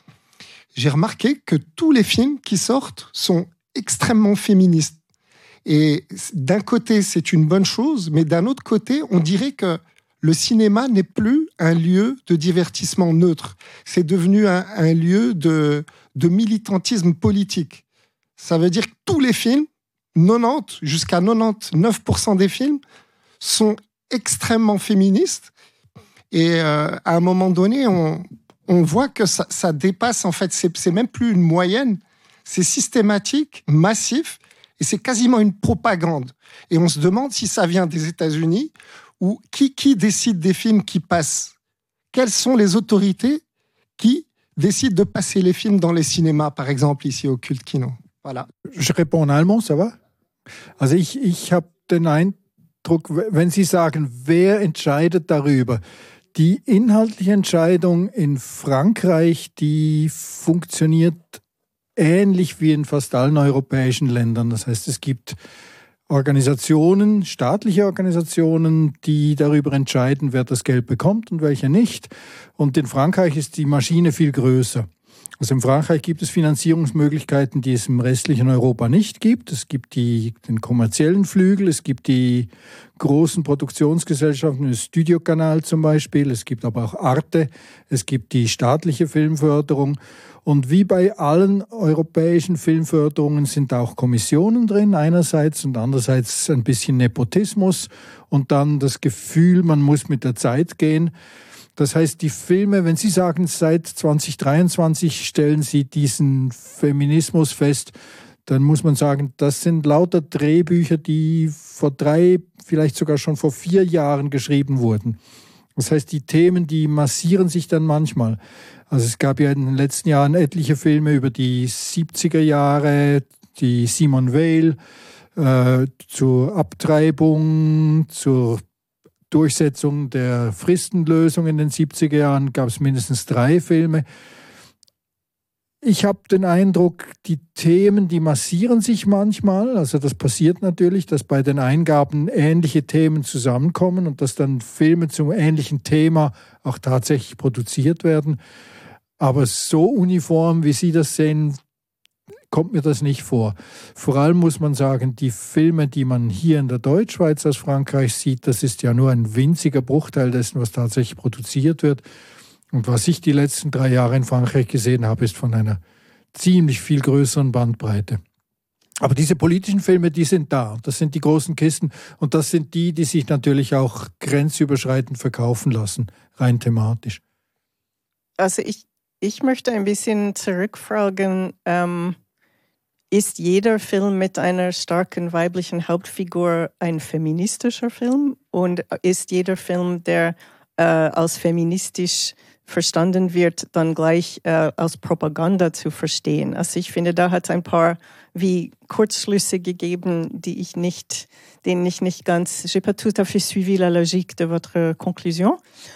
j'ai remarqué que tous les films qui sortent sont extrêmement féministes. Et d'un côté, c'est une bonne chose, mais d'un autre côté, on dirait que le cinéma n'est plus un lieu de divertissement neutre. C'est devenu un lieu de militantisme politique. Ça veut dire que tous les films, 90 jusqu'à 99% des films, sont extrêmement féministes. Et à un moment donné, on voit que ça dépasse, en fait, c'est même plus une moyenne, c'est systématique, massif, et c'est quasiment une propagande. Et on se demande si ça vient des États-Unis ou qui décide des films qui passent. Quelles sont les autorités qui décident de passer les films dans les cinémas, par exemple ici au Kultkino? Voilà. Je réponds en allemand, ça va? Also ich habe den Eindruck, wenn Sie sagen, wer entscheidet darüber? Die inhaltliche Entscheidung in Frankreich, die funktioniert ähnlich wie in fast allen europäischen Ländern. Das heißt, es gibt Organisationen, staatliche Organisationen, die darüber entscheiden, wer das Geld bekommt und welcher nicht. Und in Frankreich ist die Maschine viel größer. Also in Frankreich gibt es Finanzierungsmöglichkeiten, die es im restlichen Europa nicht gibt. Es gibt den kommerziellen Flügel, es gibt die großen Produktionsgesellschaften, den Studiokanal zum Beispiel, es gibt aber auch Arte, es gibt die staatliche Filmförderung. Und wie bei allen europäischen Filmförderungen sind auch Kommissionen drin einerseits und andererseits ein bisschen Nepotismus und dann das Gefühl, man muss mit der Zeit gehen. Das heißt, die Filme, wenn Sie sagen, seit 2023 stellen Sie diesen Feminismus fest, dann muss man sagen, das sind lauter Drehbücher, die vor 3, vielleicht sogar schon vor 4 Jahren geschrieben wurden. Das heißt, die Themen, die massieren sich dann manchmal. Also es gab ja in den letzten Jahren etliche Filme über die 70er Jahre, die Simone Weil, zur Abtreibung, zur Durchsetzung der Fristenlösung in den 70er Jahren gab es mindestens 3 Filme. Ich habe den Eindruck, die Themen, die massieren sich manchmal. Also das passiert natürlich, dass bei den Eingaben ähnliche Themen zusammenkommen und dass dann Filme zum ähnlichen Thema auch tatsächlich produziert werden. Aber so uniform, wie Sie das sehen, kommt mir das nicht vor. Vor allem muss man sagen, die Filme, die man hier in der Deutschschweiz aus Frankreich sieht, das ist ja nur ein winziger Bruchteil dessen, was tatsächlich produziert wird. Und was ich die letzten 3 Jahre in Frankreich gesehen habe, ist von einer ziemlich viel größeren Bandbreite. Aber diese politischen Filme, die sind da. Das sind die großen Kisten. Und das sind die sich natürlich auch grenzüberschreitend verkaufen lassen, rein thematisch. Also ich möchte ein bisschen zurückfragen, ist jeder Film mit einer starken weiblichen Hauptfigur ein feministischer Film? Und ist jeder Film, der als feministisch verstanden wird, dann gleich als Propaganda zu verstehen? Also ich finde, da hat es ein paar wie Kurzschlüsse gegeben, denen ich nicht ganz... J'ai pas tout à fait suivi la logique de votre conclusion.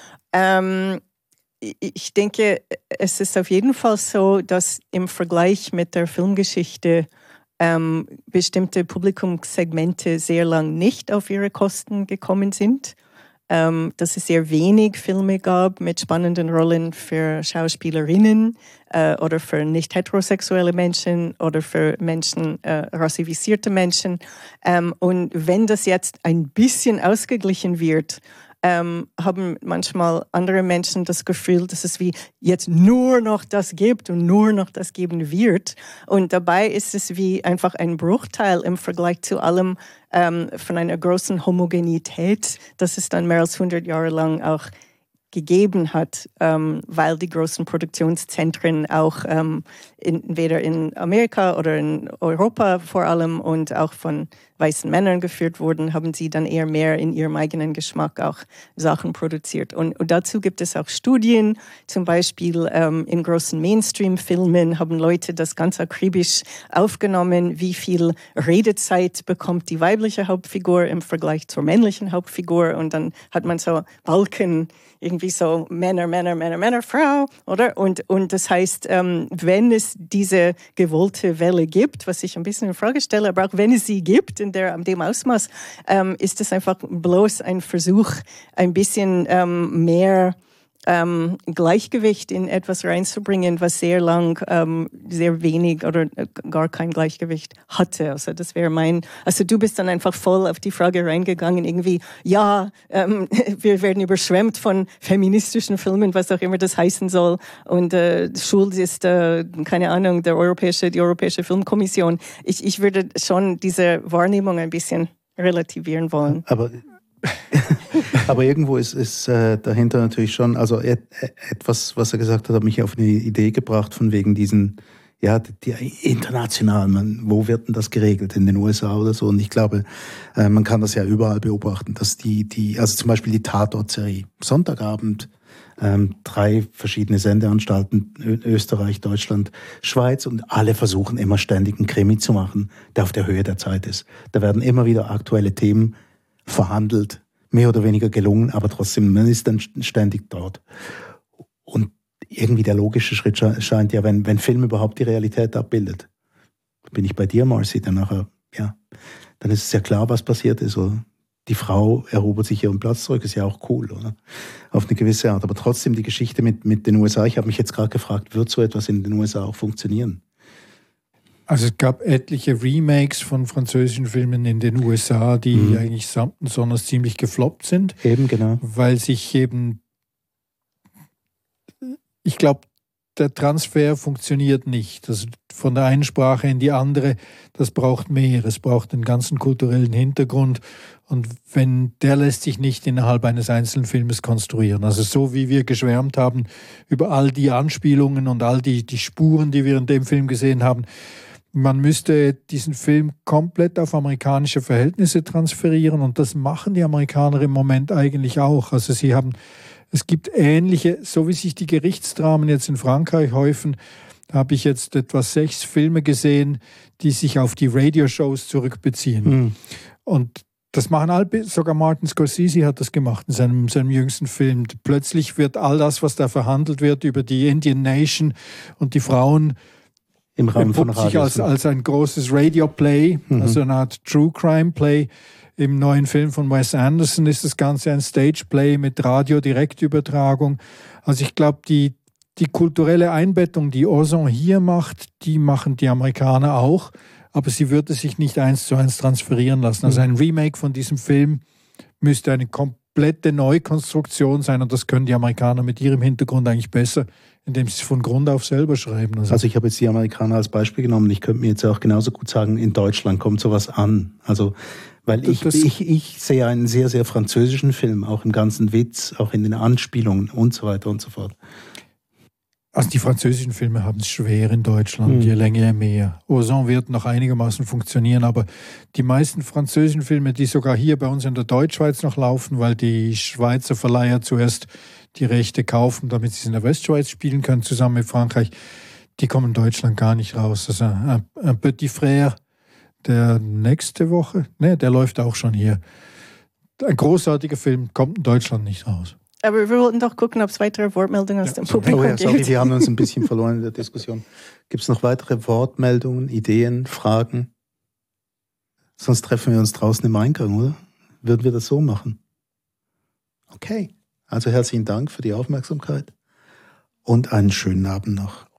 Ich denke, es ist auf jeden Fall so, dass im Vergleich mit der Filmgeschichte bestimmte Publikumssegmente sehr lang nicht auf ihre Kosten gekommen sind. Dass es sehr wenig Filme gab mit spannenden Rollen für Schauspielerinnen oder für nicht heterosexuelle Menschen oder für Menschen, rassifizierte Menschen. Und wenn das jetzt ein bisschen ausgeglichen wird, haben manchmal andere Menschen das Gefühl, dass es wie jetzt nur noch das gibt und nur noch das geben wird. Und dabei ist es wie einfach ein Bruchteil im Vergleich zu allem von einer großen Homogenität, das es dann mehr als 100 Jahre lang auch gegeben hat, weil die großen Produktionszentren auch entweder in Amerika oder in Europa vor allem und auch von weißen Männern geführt wurden, haben sie dann eher mehr in ihrem eigenen Geschmack auch Sachen produziert. Und dazu gibt es auch Studien, zum Beispiel in großen Mainstream-Filmen haben Leute das ganz akribisch aufgenommen, wie viel Redezeit bekommt die weibliche Hauptfigur im Vergleich zur männlichen Hauptfigur. Und dann hat man so Balken, irgendwie so Männer, Frau, oder? Und das heißt, wenn es diese gewollte Welle gibt, was ich ein bisschen in Frage stelle, aber auch wenn es sie gibt, in dem Ausmaß, ist es einfach bloß ein Versuch, ein bisschen mehr Gleichgewicht in etwas reinzubringen, was sehr lang sehr wenig oder gar kein Gleichgewicht hatte. Also das wäre also du bist dann einfach voll auf die Frage reingegangen, irgendwie, ja, wir werden überschwemmt von feministischen Filmen, was auch immer das heißen soll. Und schuld ist, keine Ahnung, die Europäische Filmkommission. Ich würde schon diese Wahrnehmung ein bisschen relativieren wollen. Aber irgendwo ist dahinter natürlich schon, also etwas, was er gesagt hat, hat mich auf eine Idee gebracht, von wegen diesen, ja, die internationalen, wo wird denn das geregelt, in den USA oder so? Und ich glaube, man kann das ja überall beobachten, dass also zum Beispiel die Tatort-Serie, Sonntagabend, 3 verschiedene Sendeanstalten, Österreich, Deutschland, Schweiz, und alle versuchen immer ständig einen Krimi zu machen, der auf der Höhe der Zeit ist. Da werden immer wieder aktuelle Themen verhandelt, mehr oder weniger gelungen, aber trotzdem, man ist dann ständig dort. Und irgendwie der logische Schritt scheint ja, wenn Film überhaupt die Realität abbildet, bin ich bei dir, Marcy, dann nachher, ja, dann ist es ja klar, was passiert ist, oder? Die Frau erobert sich ihren Platz zurück, ist ja auch cool, oder? Auf eine gewisse Art. Aber trotzdem die Geschichte mit den USA, ich habe mich jetzt gerade gefragt, wird so etwas in den USA auch funktionieren? Also es gab etliche Remakes von französischen Filmen in den USA, die eigentlich samt und sonders ziemlich gefloppt sind. Eben, genau. Weil sich eben, ich glaube, der Transfer funktioniert nicht. Also von der einen Sprache in die andere, das braucht mehr. Es braucht den ganzen kulturellen Hintergrund. Und der lässt sich nicht innerhalb eines einzelnen Filmes konstruieren. Also so wie wir geschwärmt haben über all die Anspielungen und all die Spuren, die wir in dem Film gesehen haben, man müsste diesen Film komplett auf amerikanische Verhältnisse transferieren, und das machen die Amerikaner im Moment eigentlich auch. Also es gibt ähnliche, so wie sich die Gerichtsdramen jetzt in Frankreich häufen, habe ich jetzt etwa 6 Filme gesehen, die sich auf die Radioshows zurückbeziehen. Und das machen sogar Martin Scorsese hat das gemacht in seinem jüngsten Film. Plötzlich wird all das, was da verhandelt wird über die Indian Nation und die Frauen, im Rahmen von Radios, sich als ein großes Radio-Play, also eine Art True-Crime-Play. Im neuen Film von Wes Anderson ist das Ganze ein Stage-Play mit Radio-Direktübertragung. Also ich glaube, die kulturelle Einbettung, die Ozon hier macht, die machen die Amerikaner auch, aber sie würde sich nicht 1:1 transferieren lassen. Also ein Remake von diesem Film müsste eine komplette Neukonstruktion sein, und das können die Amerikaner mit ihrem Hintergrund eigentlich besser, indem sie es von Grund auf selber schreiben. Also ich habe jetzt die Amerikaner als Beispiel genommen. Ich könnte mir jetzt auch genauso gut sagen, in Deutschland kommt sowas an. Also, weil ich sehe einen sehr, sehr französischen Film, auch im ganzen Witz, auch in den Anspielungen und so weiter und so fort. Also die französischen Filme haben es schwer in Deutschland, je länger je mehr. Ozon wird noch einigermaßen funktionieren, aber die meisten französischen Filme, die sogar hier bei uns in der Deutschschweiz noch laufen, weil die Schweizer Verleiher zuerst die Rechte kaufen, damit sie es in der Westschweiz spielen können, zusammen mit Frankreich, die kommen in Deutschland gar nicht raus. Also ein Petit Frère, der nächste Woche, der läuft auch schon hier. Ein großartiger Film, kommt in Deutschland nicht raus. Aber wir wollten doch gucken, ob es weitere Wortmeldungen aus dem Publikum gibt. Sorry, wir haben uns ein bisschen verloren in der Diskussion. Gibt es noch weitere Wortmeldungen, Ideen, Fragen? Sonst treffen wir uns draußen im Eingang, oder? Würden wir das so machen? Okay. Also herzlichen Dank für die Aufmerksamkeit und einen schönen Abend noch.